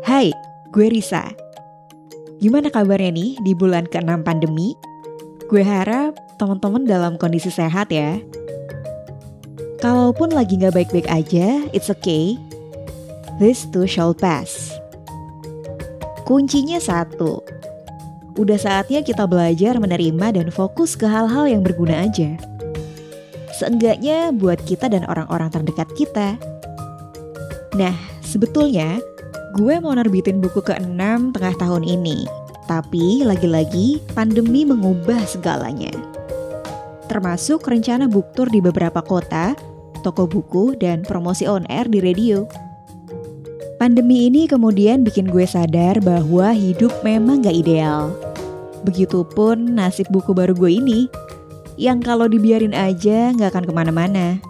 Hai, gue Risa. Gimana kabarnya nih di bulan ke-6 pandemi? Gue harap teman-teman dalam kondisi sehat ya. Kalaupun lagi gak baik-baik aja, it's okay. This too shall pass. Kuncinya satu. Udah saatnya kita belajar menerima dan fokus ke hal-hal yang berguna aja. Seenggaknya buat kita dan orang-orang terdekat kita. Nah, sebetulnya gue mau nerbitin buku ke-6 tengah tahun ini. Tapi lagi-lagi pandemi mengubah segalanya. Termasuk rencana book tour di beberapa kota, toko buku, dan promosi on air di radio. Pandemi ini kemudian bikin gue sadar bahwa hidup memang gak ideal. Begitupun nasib buku baru gue ini, yang kalau dibiarin aja gak akan kemana-mana.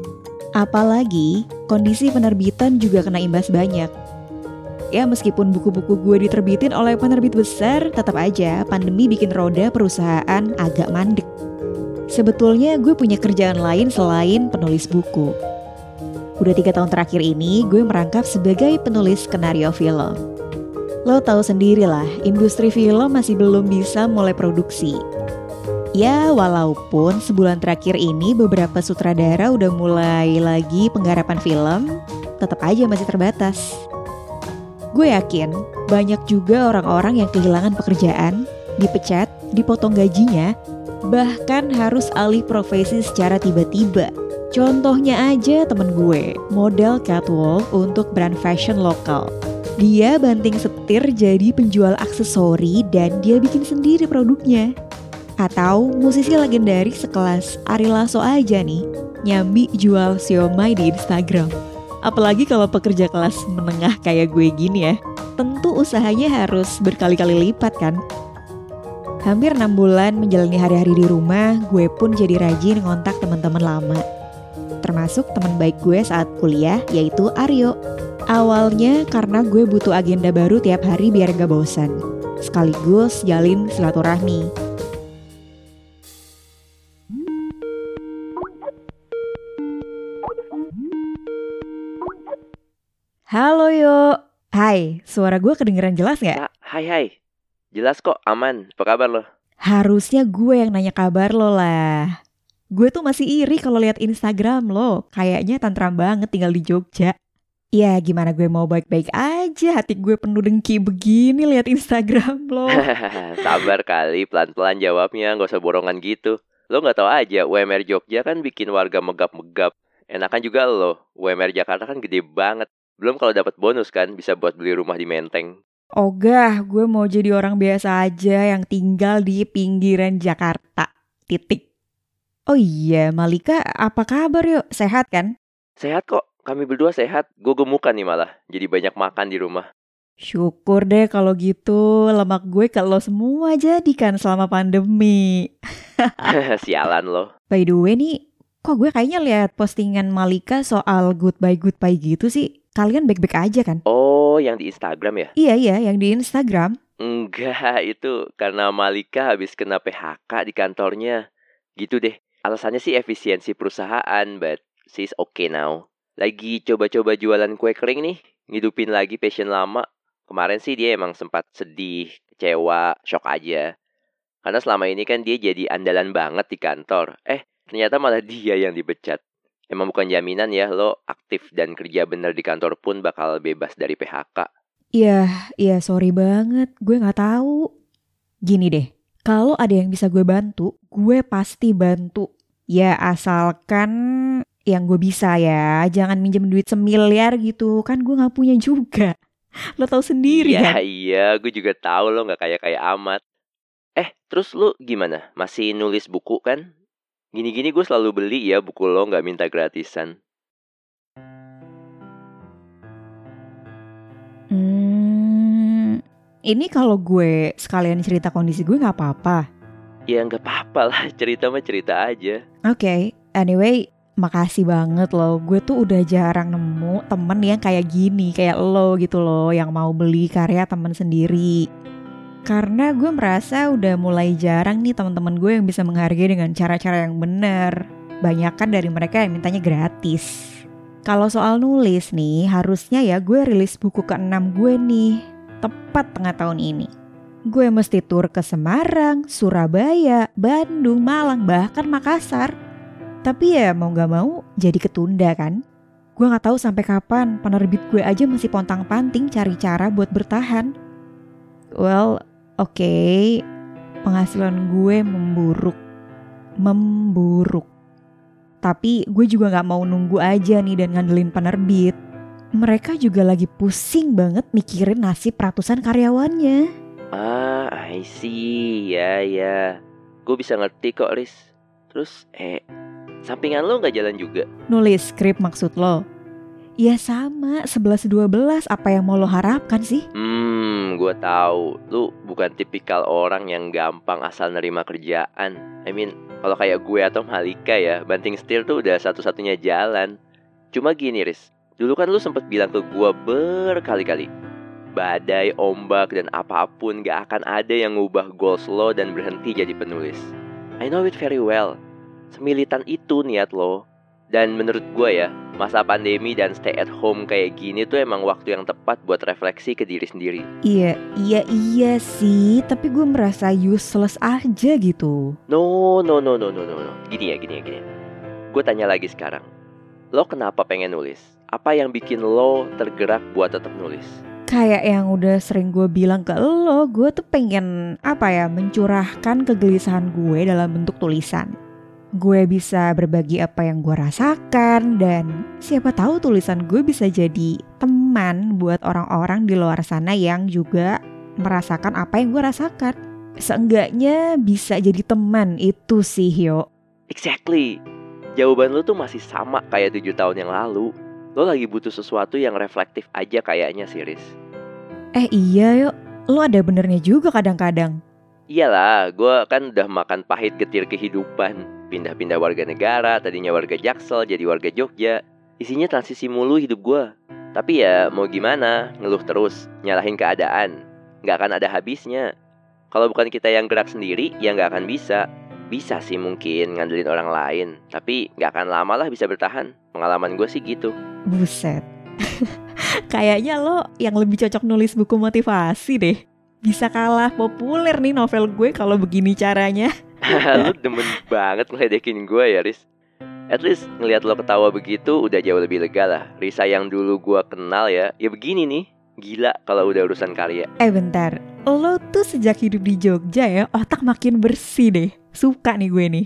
Apalagi kondisi penerbitan juga kena imbas banyak. Ya meskipun buku-buku gue diterbitin oleh penerbit besar, tetap aja pandemi bikin roda perusahaan agak mandek. Sebetulnya gue punya kerjaan lain selain penulis buku. Udah 3 tahun terakhir ini gue merangkap sebagai penulis skenario film. Lo tahu sendiri lah, industri film masih belum bisa mulai produksi. Ya walaupun sebulan terakhir ini beberapa sutradara udah mulai lagi penggarapan film, tetap aja masih terbatas. Gue yakin banyak juga orang-orang yang kehilangan pekerjaan, dipecat, dipotong gajinya, bahkan harus alih profesi secara tiba-tiba. Contohnya aja temen gue, model catwalk untuk brand fashion lokal. Dia banting setir jadi penjual aksesori dan dia bikin sendiri produknya. Atau musisi legendaris sekelas Ari Lasso aja nih, nyambi jual siomay di Instagram. Apalagi kalau pekerja kelas menengah kayak gue gini ya, tentu usahanya harus berkali-kali lipat kan. Hampir 6 bulan menjalani hari-hari di rumah, gue pun jadi rajin ngontak teman-teman lama. Termasuk teman baik gue saat kuliah, yaitu Aryo. Awalnya karena gue butuh agenda baru tiap hari biar gak bosan. Sekaligus jalin silaturahmi. Halo Yo. Hai, suara gue kedengeran jelas gak? Hai. Jelas kok, aman. Apa kabar lo? Harusnya gue yang nanya kabar lo lah. Gue tuh masih iri kalau lihat Instagram lo. Kayaknya tantram banget tinggal di Jogja. Ya gimana gue mau baik-baik aja. Hati gue penuh dengki begini lihat Instagram lo. Sabar kali, pelan-pelan jawabnya. Gak usah borongan gitu. Lo gak tahu aja, UMR Jogja kan bikin warga megap-megap. Enakan juga lo, UMR Jakarta kan gede banget. Belum kalau dapat bonus kan, bisa buat beli rumah di Menteng. Ogah, gue mau jadi orang biasa aja yang tinggal di pinggiran Jakarta. Titik. Oh iya, Malika, apa kabar yuk? Sehat kan? Sehat kok, kami berdua sehat. Gue gemukan nih malah, jadi banyak makan di rumah. Syukur deh kalau gitu, lemak gue ke lo semua jadi kan selama pandemi. Sialan lo. By the way nih, kok gue kayaknya lihat postingan Malika soal goodbye gitu sih. Kalian baik-baik aja kan? Oh, yang di Instagram ya? Iya, yang di Instagram. Enggak, itu karena Malika habis kena PHK di kantornya. Gitu deh. Alasannya sih efisiensi perusahaan, but she's okay now. Lagi coba-coba jualan kue kering nih, ngidupin lagi passion lama. Kemarin sih dia emang sempat sedih, kecewa, shock aja. Karena selama ini kan dia jadi andalan banget di kantor. Ternyata malah dia yang dipecat. Emang bukan jaminan ya lo aktif dan kerja bener di kantor pun bakal bebas dari PHK. Iya sorry banget, gue gak tahu. Gini deh, kalau ada yang bisa gue bantu, gue pasti bantu. Ya asalkan yang gue bisa ya, jangan minjem duit 1 miliar gitu, kan gue gak punya juga. Lo tahu sendiri kan? Iya, gue juga tahu lo gak kaya-kaya amat. Terus lo gimana? Masih nulis buku kan? Gini-gini gue selalu beli ya buku lo, gak minta gratisan. Ini kalau gue sekalian cerita kondisi gue gak apa-apa? Ya gak apa-apa lah, cerita mah cerita aja. Oke, anyway, makasih banget lo. Gue tuh udah jarang nemu temen yang kayak gini, kayak lo gitu loh, yang mau beli karya temen sendiri. Karena gue merasa udah mulai jarang nih teman-teman gue yang bisa menghargai dengan cara-cara yang benar. Banyakan dari mereka yang mintanya gratis. Kalau soal nulis nih, harusnya ya gue rilis buku ke-6 gue nih, tepat tengah tahun ini. Gue mesti tur ke Semarang, Surabaya, Bandung, Malang, bahkan Makassar. Tapi ya mau gak mau jadi ketunda kan. Gue gak tahu sampai kapan, penerbit gue aja masih pontang-panting cari cara buat bertahan. Well, oke, penghasilan gue memburuk. Tapi gue juga gak mau nunggu aja nih dan ngandelin penerbit. Mereka juga lagi pusing banget mikirin nasib ratusan karyawannya. I see, ya. Gue bisa ngerti kok, Riz. Terus, sampingan lo gak jalan juga? Nulis skrip maksud lo? Ya sama, 11-12, apa yang mau lo harapkan sih? Gue tahu. Lu bukan tipikal orang yang gampang asal nerima kerjaan. Kalau kayak gue atau Malika ya, banting setir tuh udah satu-satunya jalan. Cuma gini, Riz. Dulu kan lu sempet bilang ke gue berkali-kali, badai, ombak, dan apapun gak akan ada yang ngubah goals lo dan berhenti jadi penulis. I know it very well. Semilitan itu niat lo. Dan menurut gue ya, masa pandemi dan stay at home kayak gini tuh emang waktu yang tepat buat refleksi ke diri sendiri. Iya sih, tapi gue merasa useless aja gitu. No. Gini ya. Gue tanya lagi sekarang. Lo kenapa pengen nulis? Apa yang bikin lo tergerak buat tetap nulis? Kayak yang udah sering gue bilang ke lo, gue tuh pengen mencurahkan kegelisahan gue dalam bentuk tulisan. Gue bisa berbagi apa yang gue rasakan, dan siapa tahu tulisan gue bisa jadi teman buat orang-orang di luar sana yang juga merasakan apa yang gue rasakan. Seenggaknya bisa jadi teman, itu sih yo. Exactly. Jawaban lo tuh masih sama kayak 7 tahun yang lalu. Lo lagi butuh sesuatu yang reflektif aja kayaknya sih, Riz. Iya yo, lo ada benernya juga kadang-kadang. Iyalah, gue kan udah makan pahit getir kehidupan. Pindah-pindah warga negara, tadinya warga Jaksel jadi warga Jogja. Isinya transisi mulu hidup gue. Tapi ya mau gimana, ngeluh terus, nyalahin keadaan. Gak akan ada habisnya. Kalau bukan kita yang gerak sendiri, ya gak akan bisa. Bisa sih mungkin ngandelin orang lain, tapi gak akan lama lah bisa bertahan. Pengalaman gue sih gitu. Buset. Kayaknya lo yang lebih cocok nulis buku motivasi deh. Bisa kalah populer nih novel gue kalau begini caranya. Lu demen banget ngeledekin gue ya, Riz. At least ngelihat lo ketawa begitu udah jauh lebih lega lah. Risa yang dulu gue kenal ya begini nih. Gila kalau udah urusan karya. Bentar, lo tuh sejak hidup di Jogja ya, otak makin bersih deh. Suka nih gue nih.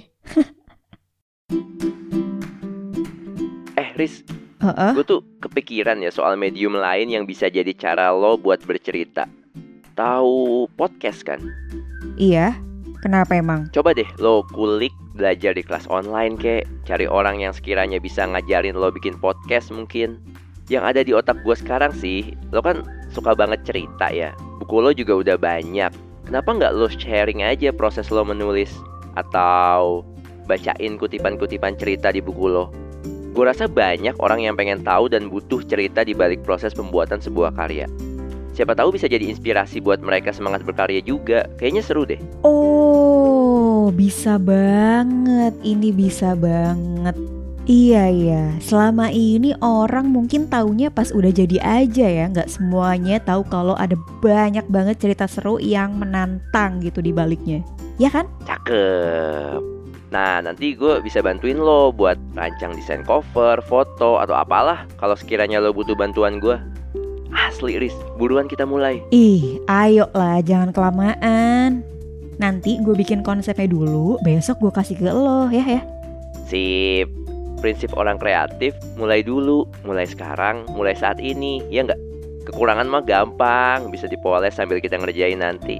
Riz, gue tuh kepikiran ya soal medium lain yang bisa jadi cara lo buat bercerita. Tahu podcast kan? Iya, kenapa emang? Coba deh lo kulik, belajar di kelas online kek. Cari orang yang sekiranya bisa ngajarin lo bikin podcast mungkin. Yang ada di otak gue sekarang sih, lo kan suka banget cerita ya. Buku lo juga udah banyak. Kenapa gak lo sharing aja proses lo menulis? Atau bacain kutipan-kutipan cerita di buku lo? Gue rasa banyak orang yang pengen tahu dan butuh cerita di balik proses pembuatan sebuah karya. Siapa tahu bisa jadi inspirasi buat mereka semangat berkarya juga. Kayaknya seru deh. Oh, bisa banget. Ini bisa banget. Iya. Selama ini orang mungkin taunya pas udah jadi aja ya. Gak semuanya tahu kalau ada banyak banget cerita seru yang menantang gitu di baliknya. Ya kan? Cakep. Nah, nanti gue bisa bantuin lo buat rancang desain cover, foto, atau apalah kalau sekiranya lo butuh bantuan gue. Asli, Riz, buruan kita mulai. Ayo lah, jangan kelamaan. Nanti gue bikin konsepnya dulu, besok gue kasih ke lo ya. Sip. Prinsip orang kreatif, mulai dulu, mulai sekarang, mulai saat ini, ya nggak? Kekurangan mah gampang, bisa dipoles sambil kita ngerjain nanti.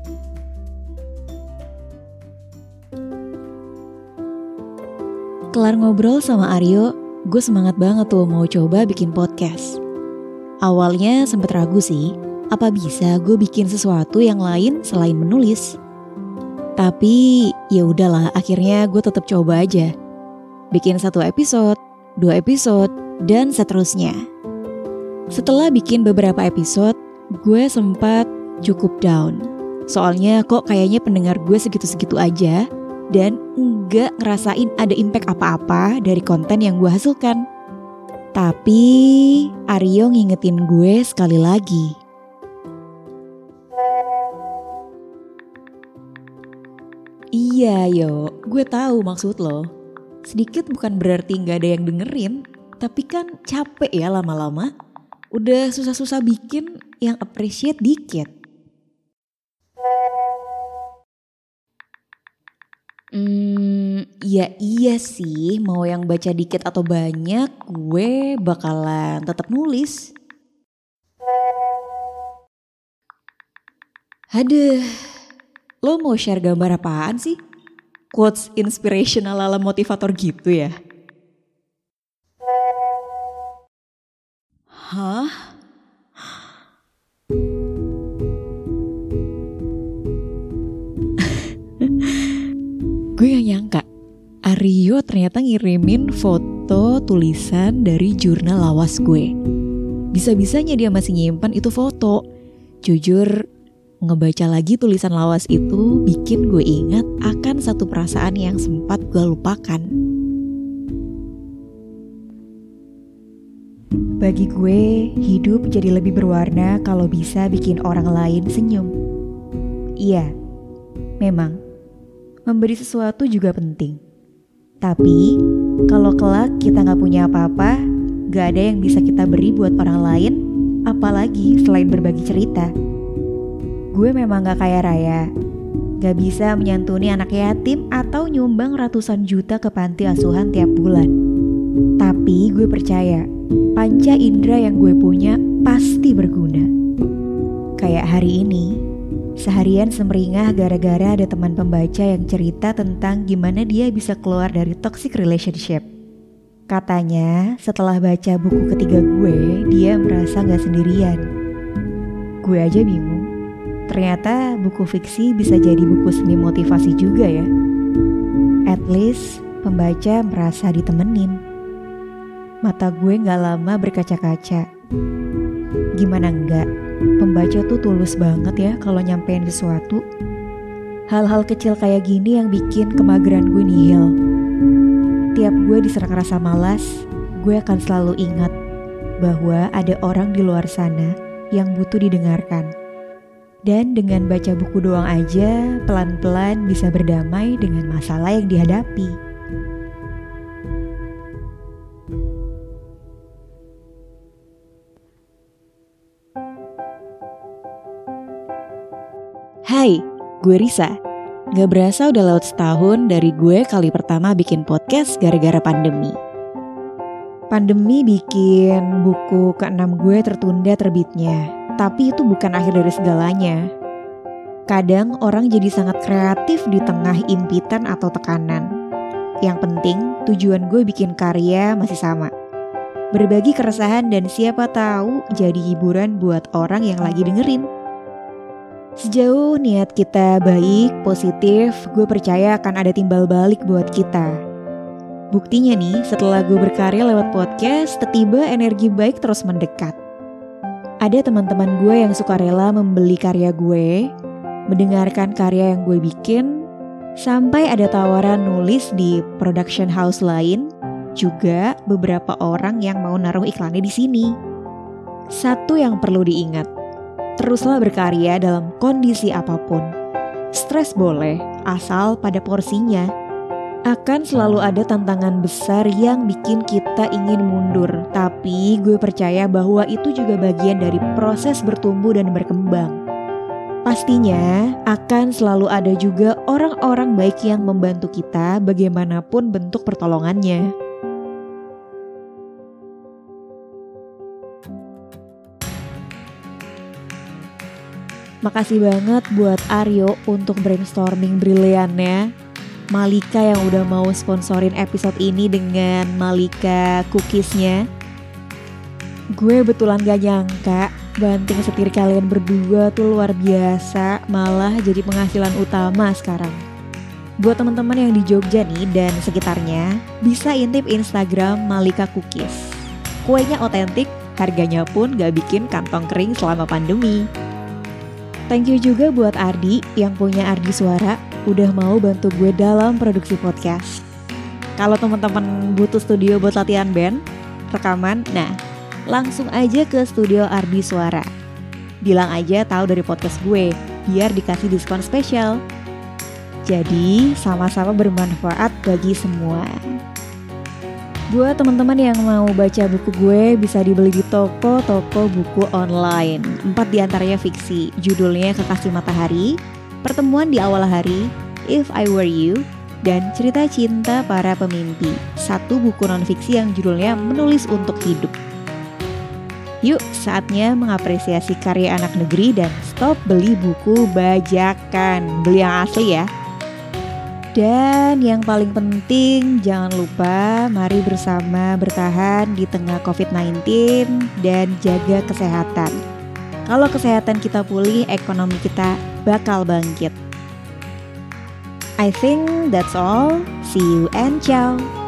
Kelar ngobrol sama Aryo, gue semangat banget tuh mau coba bikin podcast. Awalnya sempet ragu sih, apa bisa gue bikin sesuatu yang lain selain menulis? Tapi ya udahlah, akhirnya gue tetap coba aja. Bikin 1 episode, 2 episode, dan seterusnya. Setelah bikin beberapa episode, gue sempat cukup down. Soalnya kok kayaknya pendengar gue segitu-segitu aja, dan nggak ngerasain ada impact apa-apa dari konten yang gue hasilkan. Tapi Aryo ngingetin gue sekali lagi. Iya yo, gue tahu maksud lo. Sedikit bukan berarti gak ada yang dengerin. Tapi kan capek ya lama-lama. Udah susah-susah bikin yang appreciate dikit. Ya iya sih, mau yang baca dikit atau banyak, gue bakalan tetap nulis. Aduh, lo mau share gambar apaan sih? Quotes inspirational ala motivator gitu ya? Hah? Gue gak nyangka Aryo ternyata ngirimin foto tulisan dari jurnal lawas gue. Bisa-bisanya dia masih nyimpan itu foto. Jujur, ngebaca lagi tulisan lawas itu bikin gue ingat akan satu perasaan yang sempat gue lupakan. Bagi gue, hidup jadi lebih berwarna kalau bisa bikin orang lain senyum. Iya, memang memberi sesuatu juga penting. Tapi, kalau kelak kita gak punya apa-apa, gak ada yang bisa kita beri buat orang lain, apalagi selain berbagi cerita. Gue memang gak kaya raya, gak bisa menyantuni anak yatim atau nyumbang ratusan juta ke panti asuhan tiap bulan. Tapi gue percaya, panca indera yang gue punya pasti berguna. Kayak hari ini, seharian semeringah gara-gara ada teman pembaca yang cerita tentang gimana dia bisa keluar dari toxic relationship. Katanya setelah baca buku ketiga gue, dia merasa gak sendirian. Gue aja bingung, ternyata buku fiksi bisa jadi buku semi motivasi juga ya. At least pembaca merasa ditemenin. Mata gue gak lama berkaca-kaca. Gimana enggak? Pembaca tuh tulus banget ya kalau nyampein sesuatu. Hal-hal kecil kayak gini yang bikin kemageran gue nihil. Tiap gue diserang rasa malas, gue akan selalu ingat bahwa ada orang di luar sana yang butuh didengarkan. Dan dengan baca buku doang aja, pelan-pelan bisa berdamai dengan masalah yang dihadapi. Hai, gue Risa. Gak berasa udah lewat setahun dari gue kali pertama bikin podcast gara-gara pandemi. Pandemi bikin buku ke-6 gue tertunda terbitnya. Tapi itu bukan akhir dari segalanya. Kadang orang jadi sangat kreatif di tengah impitan atau tekanan. Yang penting tujuan gue bikin karya masih sama. Berbagi keresahan dan siapa tahu jadi hiburan buat orang yang lagi dengerin. Sejauh niat kita baik, positif, gue percaya akan ada timbal balik buat kita. Buktinya nih, setelah gue berkarya lewat podcast, tiba-tiba energi baik terus mendekat. Ada teman-teman gue yang suka rela membeli karya gue, mendengarkan karya yang gue bikin, sampai ada tawaran nulis di production house lain, juga beberapa orang yang mau naruh iklannya di sini. Satu yang perlu diingat, teruslah berkarya dalam kondisi apapun. Stres boleh, asal pada porsinya. Akan selalu ada tantangan besar yang bikin kita ingin mundur. Tapi gue percaya bahwa itu juga bagian dari proses bertumbuh dan berkembang. Pastinya akan selalu ada juga orang-orang baik yang membantu kita bagaimanapun bentuk pertolongannya. Makasih banget buat Aryo untuk brainstorming briliannya. Malika yang udah mau sponsorin episode ini dengan Malika cookiesnya. Gue betulan gak nyangka banting setir kalian berdua tuh luar biasa, malah jadi penghasilan utama sekarang. Buat teman-teman yang di Jogja nih dan sekitarnya, bisa intip Instagram Malika Cookies. Kuenya otentik, harganya pun gak bikin kantong kering selama pandemi. Thank you juga buat Ardi yang punya Ardi Suara udah mau bantu gue dalam produksi podcast. Kalau teman-teman butuh studio buat latihan band, rekaman? Nah, langsung aja ke studio Ardi Suara. Bilang aja tahu dari podcast gue, biar dikasih diskon spesial. Jadi, sama-sama bermanfaat bagi semua. Buat teman-teman yang mau baca buku gue, bisa dibeli di toko-toko buku online. 4 diantaranya fiksi, judulnya Kekasih Matahari, Pertemuan di Awal Hari, If I Were You, dan Cerita Cinta Para Pemimpi. 1 buku non-fiksi yang judulnya Menulis Untuk Hidup. Yuk, saatnya mengapresiasi karya anak negeri dan stop beli buku bajakan. Beli yang asli ya. Dan yang paling penting, jangan lupa mari bersama bertahan di tengah COVID-19 dan jaga kesehatan. Kalau kesehatan kita pulih, ekonomi kita bakal bangkit. I think that's all. See you and ciao.